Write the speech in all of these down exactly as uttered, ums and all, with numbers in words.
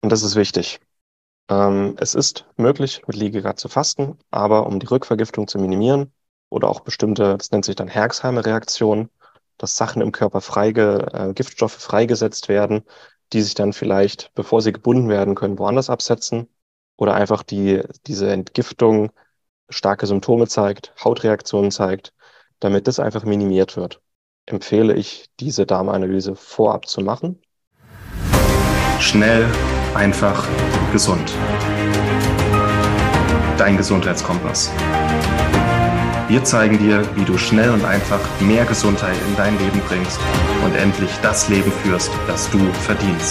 Und das ist wichtig. Ähm, es ist möglich, mit Liegegard zu fasten, aber um die Rückvergiftung zu minimieren oder auch bestimmte, das nennt sich dann Herxheimer-Reaktion, dass Sachen im Körper freige, äh, Giftstoffe freigesetzt werden, die sich dann vielleicht, bevor sie gebunden werden können, woanders absetzen oder einfach die, diese Entgiftung starke Symptome zeigt, Hautreaktionen zeigt, damit das einfach minimiert wird. Empfehle ich, diese Darmanalyse vorab zu machen. Schnell, einfach, gesund. Dein Gesundheitskompass. Wir zeigen dir, wie du schnell und einfach mehr Gesundheit in dein Leben bringst und endlich das Leben führst, das du verdienst.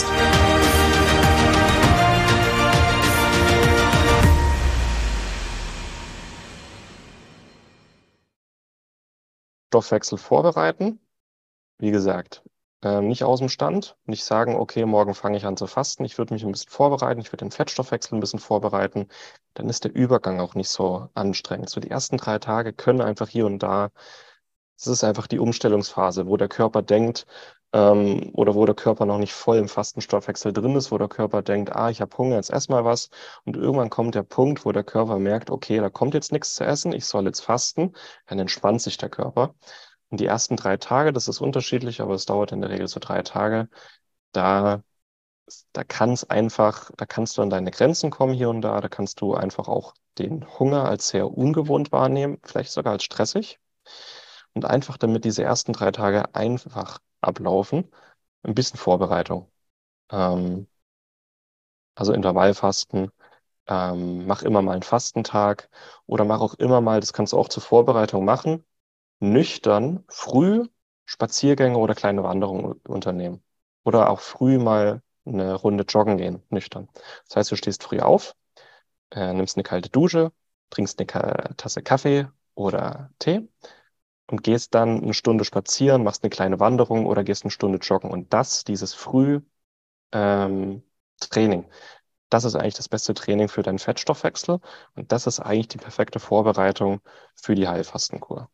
Stoffwechsel vorbereiten. Wie gesagt, ähm, nicht aus dem Stand, nicht sagen, okay, morgen fange ich an zu fasten. Ich würde mich ein bisschen vorbereiten, ich würde den Fettstoffwechsel ein bisschen vorbereiten. Dann ist der Übergang auch nicht so anstrengend. So die ersten drei Tage können einfach hier und da, es ist einfach die Umstellungsphase, wo der Körper denkt, ähm, oder wo der Körper noch nicht voll im Fastenstoffwechsel drin ist, wo der Körper denkt, ah, ich habe Hunger, jetzt ess mal was. Und irgendwann kommt der Punkt, wo der Körper merkt, okay, da kommt jetzt nichts zu essen, ich soll jetzt fasten. Dann entspannt sich der Körper. Und die ersten drei Tage, das ist unterschiedlich, aber es dauert in der Regel so drei Tage, da, da kann es einfach, da kannst du an deine Grenzen kommen hier und da, da kannst du einfach auch den Hunger als sehr ungewohnt wahrnehmen, vielleicht sogar als stressig. Und einfach, damit diese ersten drei Tage einfach ablaufen, ein bisschen Vorbereitung. Ähm, also Intervallfasten, ähm, mach immer mal einen Fastentag oder mach auch immer mal, das kannst du auch zur Vorbereitung machen, nüchtern früh Spaziergänge oder kleine Wanderungen unternehmen. Oder auch früh mal eine Runde joggen gehen, nüchtern. Das heißt, du stehst früh auf, äh, nimmst eine kalte Dusche, trinkst eine Ka Tasse Kaffee oder Tee und gehst dann eine Stunde spazieren, machst eine kleine Wanderung oder gehst eine Stunde joggen. Und das, dieses Früh, ähm, Training, das ist eigentlich das beste Training für deinen Fettstoffwechsel. Und das ist eigentlich die perfekte Vorbereitung für die Heilfastenkur.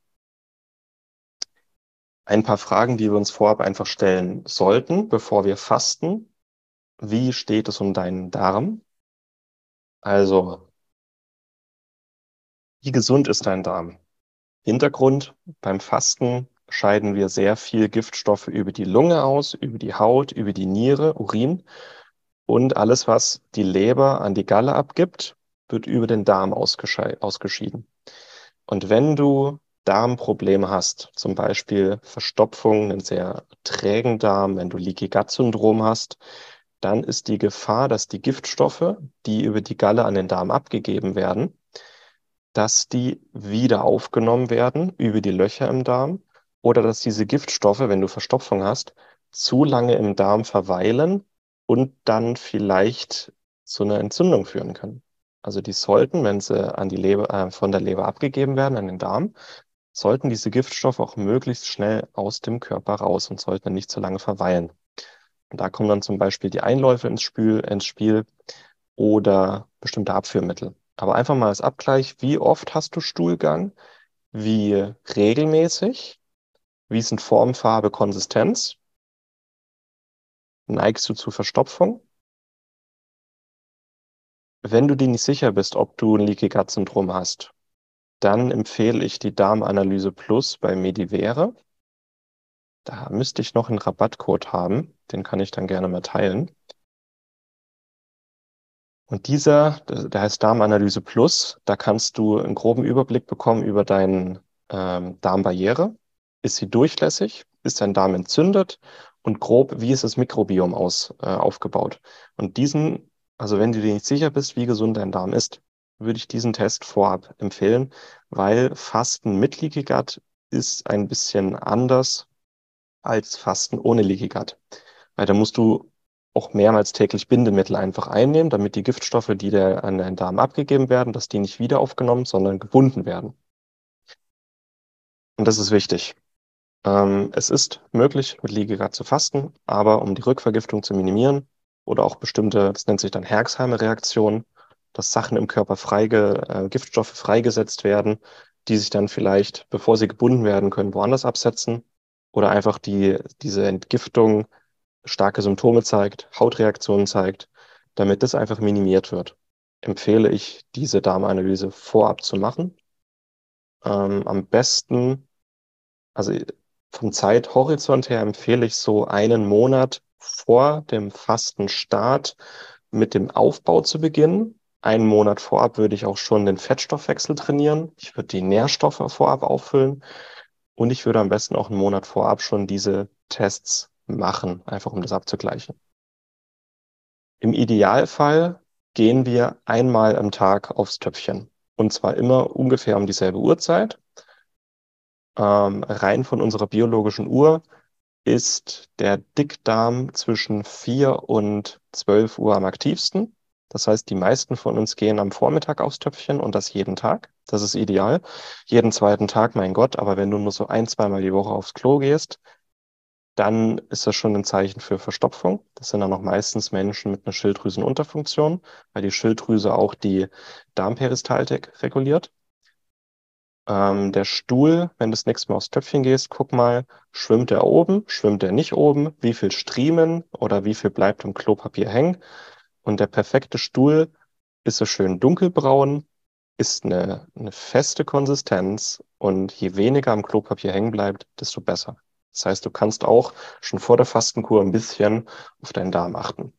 Ein paar Fragen, die wir uns vorab einfach stellen sollten, bevor wir fasten. Wie steht es um deinen Darm? Also, wie gesund ist dein Darm? Hintergrund, beim Fasten scheiden wir sehr viel Giftstoffe über die Lunge aus, über die Haut, über die Niere, Urin und alles, was die Leber an die Galle abgibt, wird über den Darm ausgesche- ausgeschieden. Und wenn du Darmprobleme hast, zum Beispiel Verstopfung, einen sehr trägen Darm, wenn du Leaky Gut Syndrom hast, dann ist die Gefahr, dass die Giftstoffe, die über die Galle an den Darm abgegeben werden, dass die wieder aufgenommen werden über die Löcher im Darm oder dass diese Giftstoffe, wenn du Verstopfung hast, zu lange im Darm verweilen und dann vielleicht zu einer Entzündung führen können. Also die sollten, wenn sie an die Leber, äh, von der Leber abgegeben werden, an den Darm, sollten diese Giftstoffe auch möglichst schnell aus dem Körper raus und sollten nicht zu lange verweilen. Und da kommen dann zum Beispiel die Einläufe ins Spiel, ins Spiel oder bestimmte Abführmittel. Aber einfach mal als Abgleich, wie oft hast du Stuhlgang? Wie regelmäßig? Wie sind Form, Farbe, Konsistenz? Neigst du zu Verstopfung? Wenn du dir nicht sicher bist, ob du ein Leaky Gut Syndrom hast, dann empfehle ich die Darmanalyse Plus bei Medivere. Da müsste ich noch einen Rabattcode haben, den kann ich dann gerne mal teilen. Und dieser, der der heißt Darmanalyse Plus, da kannst du einen groben Überblick bekommen über deine ähm, Darmbarriere. Ist sie durchlässig? Ist dein Darm entzündet? Und grob, wie ist das Mikrobiom aus, äh, aufgebaut? Und diesen, also wenn du dir nicht sicher bist, wie gesund dein Darm ist, würde ich diesen Test vorab empfehlen, weil Fasten mit Leaky Gut ist ein bisschen anders als Fasten ohne Leaky Gut. Weil da musst du auch mehrmals täglich Bindemittel einfach einnehmen, damit die Giftstoffe, die der an deinen Darm abgegeben werden, dass die nicht wieder aufgenommen, sondern gebunden werden. Und das ist wichtig. Ähm, es ist möglich, mit Leaky Gut zu fasten, aber um die Rückvergiftung zu minimieren oder auch bestimmte, das nennt sich dann Herxheimer-Reaktion, dass Sachen im Körper freige, äh, Giftstoffe freigesetzt werden, die sich dann vielleicht, bevor sie gebunden werden können, woanders absetzen oder einfach die, diese Entgiftung starke Symptome zeigt, Hautreaktionen zeigt, Damit das einfach minimiert wird, empfehle ich, diese Darmanalyse vorab zu machen. Ähm, am besten, also vom Zeithorizont her empfehle ich so einen Monat vor dem Fastenstart mit dem Aufbau zu beginnen. Einen Monat vorab würde ich auch schon den Fettstoffwechsel trainieren. Ich würde die Nährstoffe vorab auffüllen und ich würde am besten auch einen Monat vorab schon diese Tests machen, einfach um das abzugleichen. Im Idealfall gehen wir einmal am Tag aufs Töpfchen und zwar immer ungefähr um dieselbe Uhrzeit. Ähm, rein von unserer biologischen Uhr ist der Dickdarm zwischen vier und zwölf Uhr am aktivsten. Das heißt, die meisten von uns gehen am Vormittag aufs Töpfchen und das jeden Tag. Das ist ideal. Jeden zweiten Tag, mein Gott, aber wenn du nur so ein, zweimal die Woche aufs Klo gehst, dann ist das schon ein Zeichen für Verstopfung. Das sind dann auch meistens Menschen mit einer Schilddrüsenunterfunktion, weil die Schilddrüse auch die Darmperistaltik reguliert. Ähm, der Stuhl, wenn du das nächste Mal aufs Töpfchen gehst, guck mal, schwimmt der oben, schwimmt der nicht oben, wie viel Striemen oder wie viel bleibt im Klopapier hängen. Und der perfekte Stuhl ist so schön dunkelbraun, ist eine, eine feste Konsistenz und je weniger am Klopapier hängen bleibt, desto besser. Das heißt, du kannst auch schon vor der Fastenkur ein bisschen auf deinen Darm achten.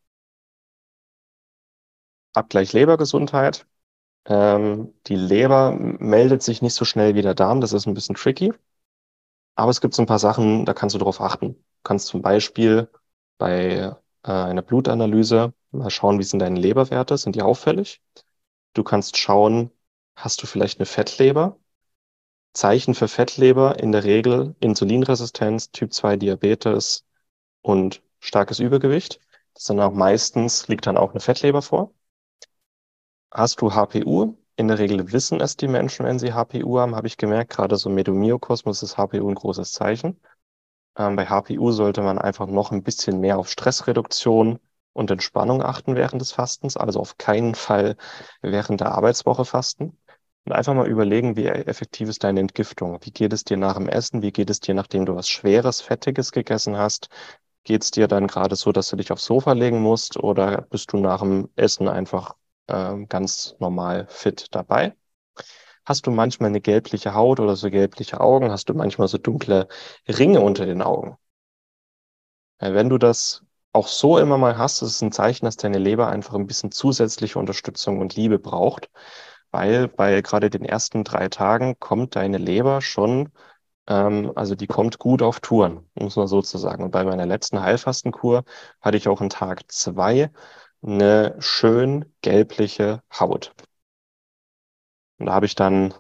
Abgleich Lebergesundheit. Ähm, die Leber meldet sich nicht so schnell wie der Darm, das ist ein bisschen tricky. Aber es gibt so ein paar Sachen, da kannst du drauf achten. Du kannst zum Beispiel bei äh, einer Blutanalyse mal schauen, wie sind deine Leberwerte, sind die auffällig? Du kannst schauen, hast du vielleicht eine Fettleber? Zeichen für Fettleber in der Regel Insulinresistenz, Typ zwei Diabetes und starkes Übergewicht. Das sind auch meistens, liegt dann auch eine Fettleber vor. Hast du H P U? In der Regel wissen es die Menschen, wenn sie H P U haben, habe ich gemerkt. Gerade so im Medomyokosmos ist H P U ein großes Zeichen. Ähm, bei H P U sollte man einfach noch ein bisschen mehr auf Stressreduktion und Entspannung achten während des Fastens, also auf keinen Fall während der Arbeitswoche fasten. Und einfach mal überlegen, wie effektiv ist deine Entgiftung? Wie geht es dir nach dem Essen? Wie geht es dir, nachdem du was Schweres, Fettiges gegessen hast? Geht es dir dann gerade so, dass du dich aufs Sofa legen musst oder bist du nach dem Essen einfach ähm, ganz normal fit dabei? Hast du manchmal eine gelbliche Haut oder so gelbliche Augen? Hast du manchmal so dunkle Ringe unter den Augen? Ja, wenn du das auch so immer mal hast, ist es ein Zeichen, dass deine Leber einfach ein bisschen zusätzliche Unterstützung und Liebe braucht, weil bei gerade den ersten drei Tagen kommt deine Leber schon, ähm, also die kommt gut auf Touren, muss man sozusagen. Und bei meiner letzten Heilfastenkur hatte ich auch in Tag zwei eine schön gelbliche Haut. Und da habe ich dann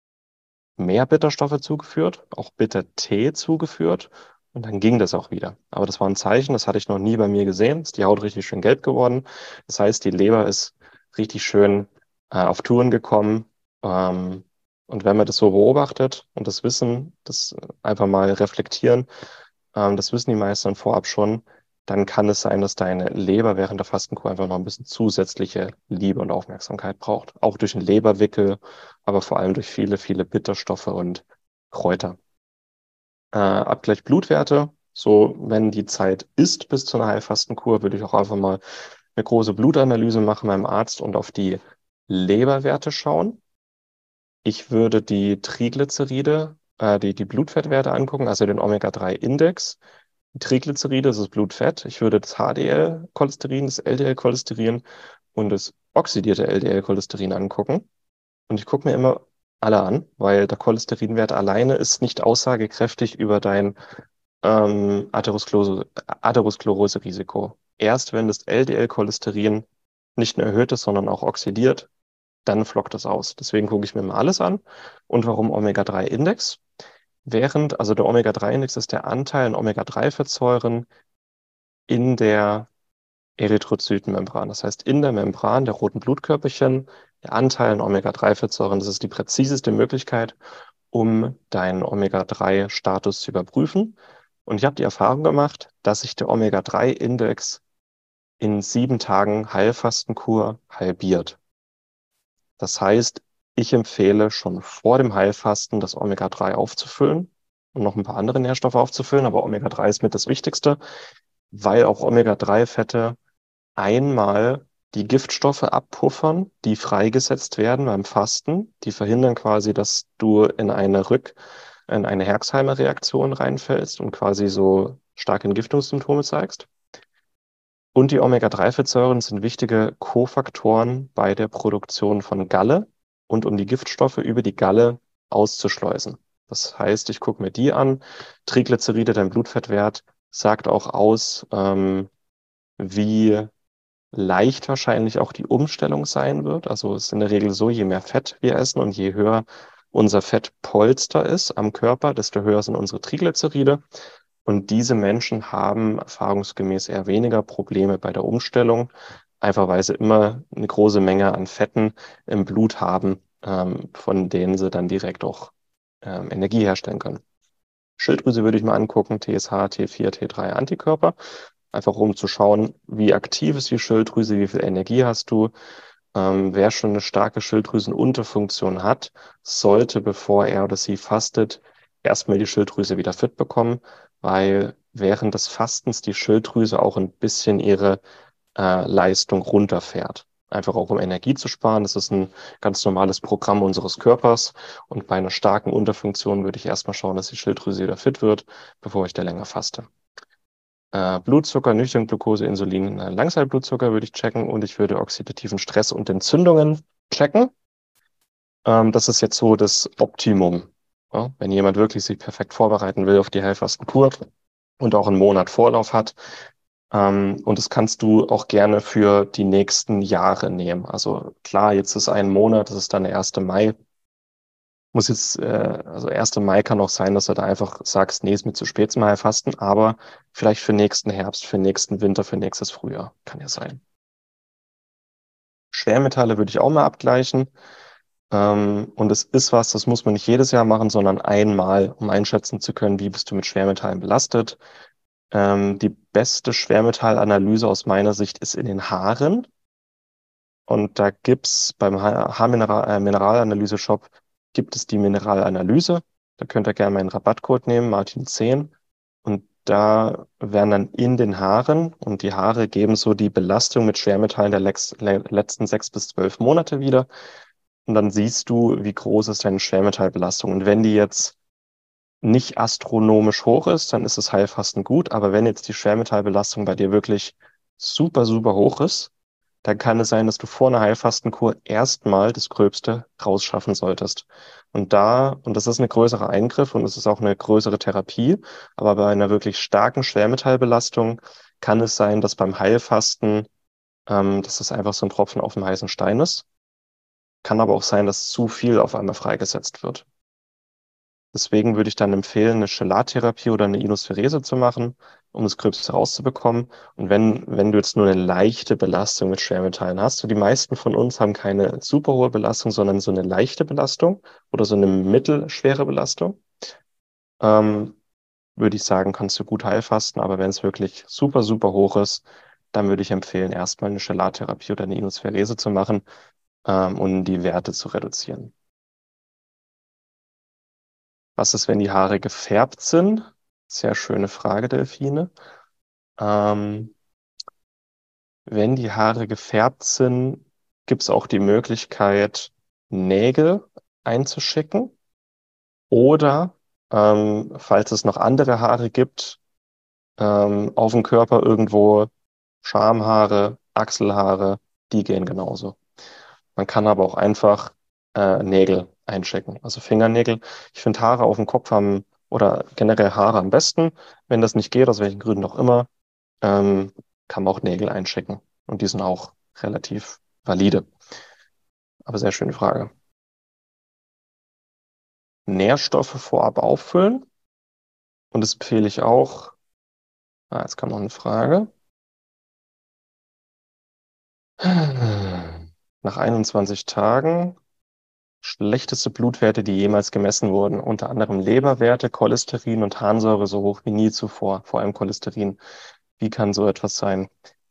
mehr Bitterstoffe zugeführt, auch Bittertee zugeführt und dann ging das auch wieder. Aber das war ein Zeichen, das hatte ich noch nie bei mir gesehen. Ist die Haut richtig schön gelb geworden. Das heißt, die Leber ist richtig schön äh, auf Touren gekommen. Ähm, und wenn man das so beobachtet und das Wissen, das einfach mal reflektieren, ähm, das wissen die meisten vorab schon, dann kann es sein, dass deine Leber während der Fastenkur einfach noch ein bisschen zusätzliche Liebe und Aufmerksamkeit braucht. Auch durch den Leberwickel, aber vor allem durch viele, viele Bitterstoffe und Kräuter. Äh, Abgleich Blutwerte. So, wenn die Zeit ist bis zu einer Heilfastenkur, würde ich auch einfach mal eine große Blutanalyse machen beim Arzt und auf die Leberwerte schauen. Ich würde die Triglyceride, äh, die, die Blutfettwerte angucken, also den Omega drei Index. Die Triglyceride, das ist Blutfett. Ich würde das H D L-Cholesterin, das L D L-Cholesterin und das oxidierte L D L-Cholesterin angucken. Und ich gucke mir immer alle an, weil der Cholesterinwert alleine ist nicht aussagekräftig über dein ähm, Atherosklerose, Atherosklerose-Risiko. Erst wenn das L D L-Cholesterin nicht nur erhöht ist, sondern auch oxidiert, dann flockt das aus. Deswegen gucke ich mir mal alles an. Und warum Omega drei Index? Während, also der Omega drei Index ist der Anteil an Omega drei Fettsäuren in der Erythrozytenmembran. Das heißt, in der Membran der roten Blutkörperchen, der Anteil an Omega drei Fettsäuren, das ist die präziseste Möglichkeit, um deinen Omega drei Status zu überprüfen. Und ich habe die Erfahrung gemacht, dass sich der Omega drei Index in sieben Tagen Heilfastenkur halbiert. Das heißt, ich empfehle schon vor dem Heilfasten das Omega drei aufzufüllen und noch ein paar andere Nährstoffe aufzufüllen, aber Omega drei ist mit das Wichtigste, weil auch Omega drei Fette einmal die Giftstoffe abpuffern, die freigesetzt werden beim Fasten. Die verhindern quasi, dass du in eine Rück, in eine Herxheimer-Reaktion reinfällst und quasi so starke Entgiftungssymptome zeigst. Und die Omega drei Fettsäuren sind wichtige Kofaktoren bei der Produktion von Galle und um die Giftstoffe über die Galle auszuschleusen. Das heißt, ich gucke mir die an. Triglyceride, dein Blutfettwert, sagt auch aus, ähm, wie leicht wahrscheinlich auch die Umstellung sein wird. Also es ist in der Regel so, je mehr Fett wir essen und je höher unser Fettpolster ist am Körper, desto höher sind unsere Triglyceride. Und diese Menschen haben erfahrungsgemäß eher weniger Probleme bei der Umstellung, einfach weil sie immer eine große Menge an Fetten im Blut haben, ähm, von denen sie dann direkt auch ähm, Energie herstellen können. Schilddrüse würde ich mal angucken, T S H, T vier, T drei Antikörper, einfach um zu schauen, wie aktiv ist die Schilddrüse, wie viel Energie hast du. Ähm, wer schon eine starke Schilddrüsenunterfunktion hat, sollte, bevor er oder sie fastet, erstmal die Schilddrüse wieder fit bekommen, weil während des Fastens die Schilddrüse auch ein bisschen ihre äh, Leistung runterfährt. Einfach auch um Energie zu sparen. Das ist ein ganz normales Programm unseres Körpers. Und bei einer starken Unterfunktion würde ich erstmal schauen, dass die Schilddrüse wieder fit wird, bevor ich da länger faste. Äh, Blutzucker, nüchtern Glucose, Insulin, äh, Langzeitblutzucker würde ich checken und ich würde oxidativen Stress und Entzündungen checken. Ähm, das ist jetzt so das Optimum. Ja, wenn jemand wirklich sich perfekt vorbereiten will auf die Heilfastenkur und auch einen Monat Vorlauf hat. Ähm, und das kannst du auch gerne für die nächsten Jahre nehmen. Also klar, jetzt ist ein Monat, das ist dann der erste Mai. Muss jetzt, äh, also erster Mai kann auch sein, dass du da einfach sagst, nee, ist mir zu spät zum Heilfasten, aber vielleicht für nächsten Herbst, für nächsten Winter, für nächstes Frühjahr. Kann ja sein. Schwermetalle würde ich auch mal abgleichen. Ähm, und es ist was, das muss man nicht jedes Jahr machen, sondern einmal, um einschätzen zu können, wie bist du mit Schwermetallen belastet. Ähm, die beste Schwermetallanalyse aus meiner Sicht ist in den Haaren. Und da gibt's beim Ha- Haarmineral, äh, Mineralanalyse-Shop gibt es die Mineralanalyse. Da könnt ihr gerne meinen Rabattcode nehmen, Martin zehn. Und da werden dann in den Haaren, und die Haare geben so die Belastung mit Schwermetallen der lex, le letzten sechs bis zwölf Monate wieder. Und dann siehst du, wie groß ist deine Schwermetallbelastung. Und wenn die jetzt nicht astronomisch hoch ist, dann ist es Heilfasten gut. Aber wenn jetzt die Schwermetallbelastung bei dir wirklich super, super hoch ist, dann kann es sein, dass du vor einer Heilfastenkur erstmal das Gröbste rausschaffen solltest. Und da, und das ist ein größerer Eingriff und es ist auch eine größere Therapie, aber bei einer wirklich starken Schwermetallbelastung kann es sein, dass beim Heilfasten, ähm, dass das einfach so ein Tropfen auf dem heißen Stein ist. Kann aber auch sein, dass zu viel auf einmal freigesetzt wird. Deswegen würde ich dann empfehlen, eine Chelattherapie oder eine Inospherese zu machen, um das Gröbste rauszubekommen. Und wenn, wenn du jetzt nur eine leichte Belastung mit Schwermetallen hast, so die meisten von uns haben keine super hohe Belastung, sondern so eine leichte Belastung oder so eine mittelschwere Belastung, ähm, würde ich sagen, kannst du gut heilfasten. Aber wenn es wirklich super, super hoch ist, dann würde ich empfehlen, erstmal eine Chelattherapie oder eine Inospherese zu machen, ähm, um die Werte zu reduzieren. Was ist, wenn die Haare gefärbt sind? Sehr schöne Frage, Delfine. Ähm, wenn die Haare gefärbt sind, gibt es auch die Möglichkeit, Nägel einzuschicken. Oder, ähm, falls es noch andere Haare gibt, ähm, auf dem Körper irgendwo Schamhaare, Achselhaare, die gehen genauso. Man kann aber auch einfach äh, Nägel einschicken, also Fingernägel. Ich finde Haare auf dem Kopf haben oder generell Haare am besten. Wenn das nicht geht, aus welchen Gründen auch immer, ähm, kann man auch Nägel einschicken. Und die sind auch relativ valide. Aber sehr schöne Frage. Nährstoffe vorab auffüllen. Und das empfehle ich auch. Ah, jetzt kam noch eine Frage. Nach einundzwanzig Tagen schlechteste Blutwerte, die jemals gemessen wurden, unter anderem Leberwerte, Cholesterin und Harnsäure so hoch wie nie zuvor, vor allem Cholesterin. Wie kann so etwas sein?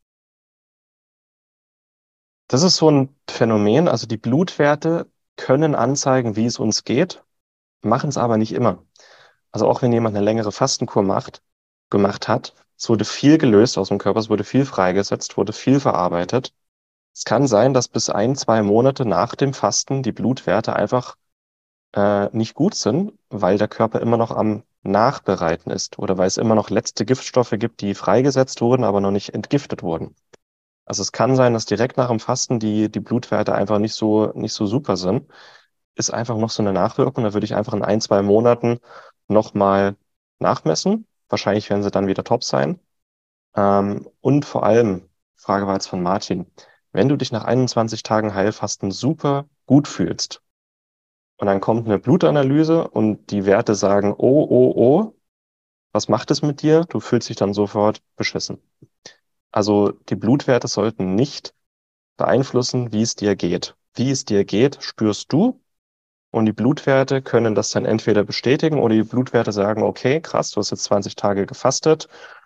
Das ist so ein Phänomen, also die Blutwerte können anzeigen, wie es uns geht, machen es aber nicht immer. Also auch wenn jemand eine längere Fastenkur macht, gemacht hat, es wurde viel gelöst aus dem Körper, es wurde viel freigesetzt, wurde viel verarbeitet. Es kann sein, dass bis ein, zwei Monate nach dem Fasten die Blutwerte einfach äh, nicht gut sind, weil der Körper immer noch am Nachbereiten ist oder weil es immer noch letzte Giftstoffe gibt, die freigesetzt wurden, aber noch nicht entgiftet wurden. Also es kann sein, dass direkt nach dem Fasten die, die Blutwerte einfach nicht so, nicht so super sind. Ist einfach noch so eine Nachwirkung. Da würde ich einfach in ein, zwei Monaten nochmal nachmessen. Wahrscheinlich werden sie dann wieder top sein. Ähm, und vor allem, Frage war jetzt von Martin, wenn du dich nach einundzwanzig Tagen Heilfasten super gut fühlst und dann kommt eine Blutanalyse und die Werte sagen, oh, oh, oh, was macht es mit dir? Du fühlst dich dann sofort beschissen. Also die Blutwerte sollten nicht beeinflussen, wie es dir geht. Wie es dir geht, spürst du. Und die Blutwerte können das dann entweder bestätigen oder die Blutwerte sagen, okay, krass, du hast jetzt zwanzig Tage gefastet.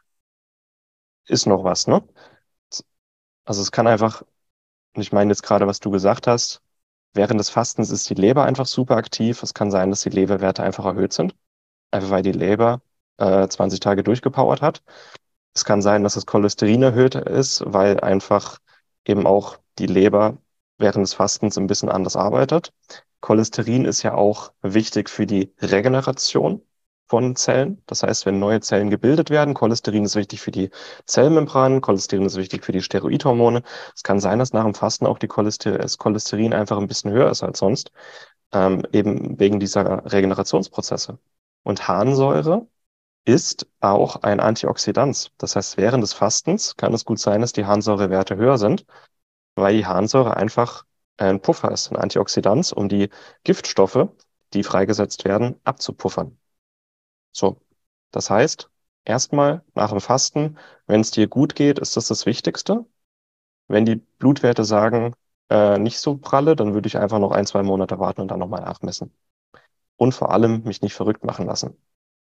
Ist noch was, ne? Also es kann einfach, und ich meine jetzt gerade, was du gesagt hast, während des Fastens ist die Leber einfach super aktiv. Es kann sein, dass die Leberwerte einfach erhöht sind. Einfach weil die Leber äh, zwanzig Tage durchgepowert hat. Es kann sein, dass das Cholesterin erhöht ist, weil einfach eben auch die Leber während des Fastens ein bisschen anders arbeitet. Cholesterin ist ja auch wichtig für die Regeneration von Zellen. Das heißt, wenn neue Zellen gebildet werden, Cholesterin ist wichtig für die Zellmembranen, Cholesterin ist wichtig für die Steroidhormone. Es kann sein, dass nach dem Fasten auch die Cholester das Cholesterin einfach ein bisschen höher ist als sonst, ähm, eben wegen dieser Regenerationsprozesse. Und Harnsäure ist auch ein Antioxidant. Das heißt, während des Fastens kann es gut sein, dass die Harnsäurewerte höher sind, weil die Harnsäure einfach ein Puffer ist, ein Antioxidant, um die Giftstoffe, die freigesetzt werden, abzupuffern. So, das heißt, erstmal nach dem Fasten, wenn es dir gut geht, ist das das Wichtigste. Wenn die Blutwerte sagen, äh, nicht so pralle, dann würde ich einfach noch ein, zwei Monate warten und dann nochmal nachmessen. Und vor allem mich nicht verrückt machen lassen.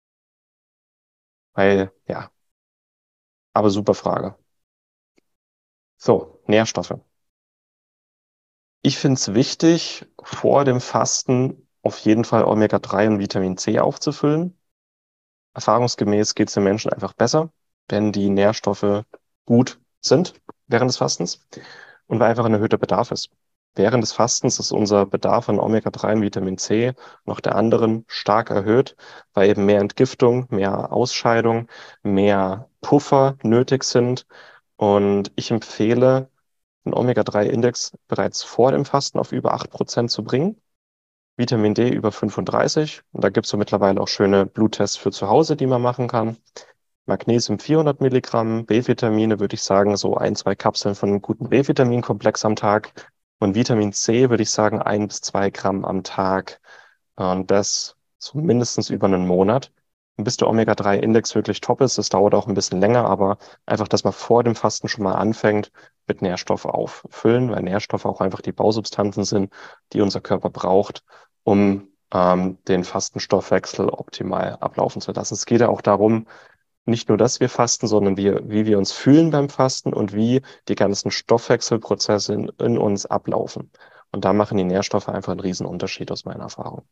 Weil, ja, aber super Frage. So, Nährstoffe. Ich finde es wichtig, vor dem Fasten auf jeden Fall Omega drei und Vitamin C aufzufüllen. Erfahrungsgemäß geht es den Menschen einfach besser, wenn die Nährstoffe gut sind während des Fastens und weil einfach ein erhöhter Bedarf ist. Während des Fastens ist unser Bedarf an Omega drei und Vitamin C noch der anderen stark erhöht, weil eben mehr Entgiftung, mehr Ausscheidung, mehr Puffer nötig sind. Und ich empfehle, den Omega drei Index bereits vor dem Fasten auf über acht Prozent zu bringen. Vitamin D über fünfunddreißig. Und da gibt es so mittlerweile auch schöne Bluttests für zu Hause, die man machen kann. Magnesium vierhundert Milligramm, B-Vitamine würde ich sagen, so ein, zwei Kapseln von einem guten B-Vitaminkomplex am Tag. Und Vitamin C würde ich sagen, ein bis zwei Gramm am Tag. Und das so mindestens über einen Monat. Und bis der Omega drei Index wirklich top ist, das dauert auch ein bisschen länger, aber einfach, dass man vor dem Fasten schon mal anfängt, mit Nährstoffe auffüllen, weil Nährstoffe auch einfach die Bausubstanzen sind, die unser Körper braucht, um ähm, den Fastenstoffwechsel optimal ablaufen zu lassen. Es geht ja auch darum, nicht nur, dass wir fasten, sondern wie, wie wir uns fühlen beim Fasten und wie die ganzen Stoffwechselprozesse in, in uns ablaufen. Und da machen die Nährstoffe einfach einen riesen Unterschied aus meiner Erfahrung.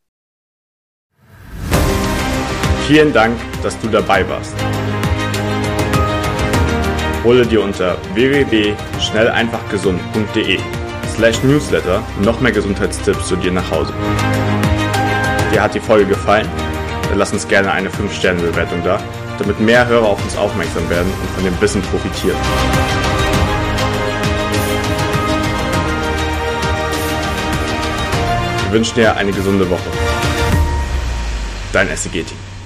Vielen Dank, dass du dabei warst. Hole dir unter w w w punkt schnell einfach gesund punkt de slash newsletter noch mehr Gesundheitstipps zu dir nach Hause. Dir hat die Folge gefallen? Dann lass uns gerne eine fünf Sterne Bewertung da, damit mehr Hörer auf uns aufmerksam werden und von dem Wissen profitieren. Wir wünschen dir eine gesunde Woche. Dein S C G-Team.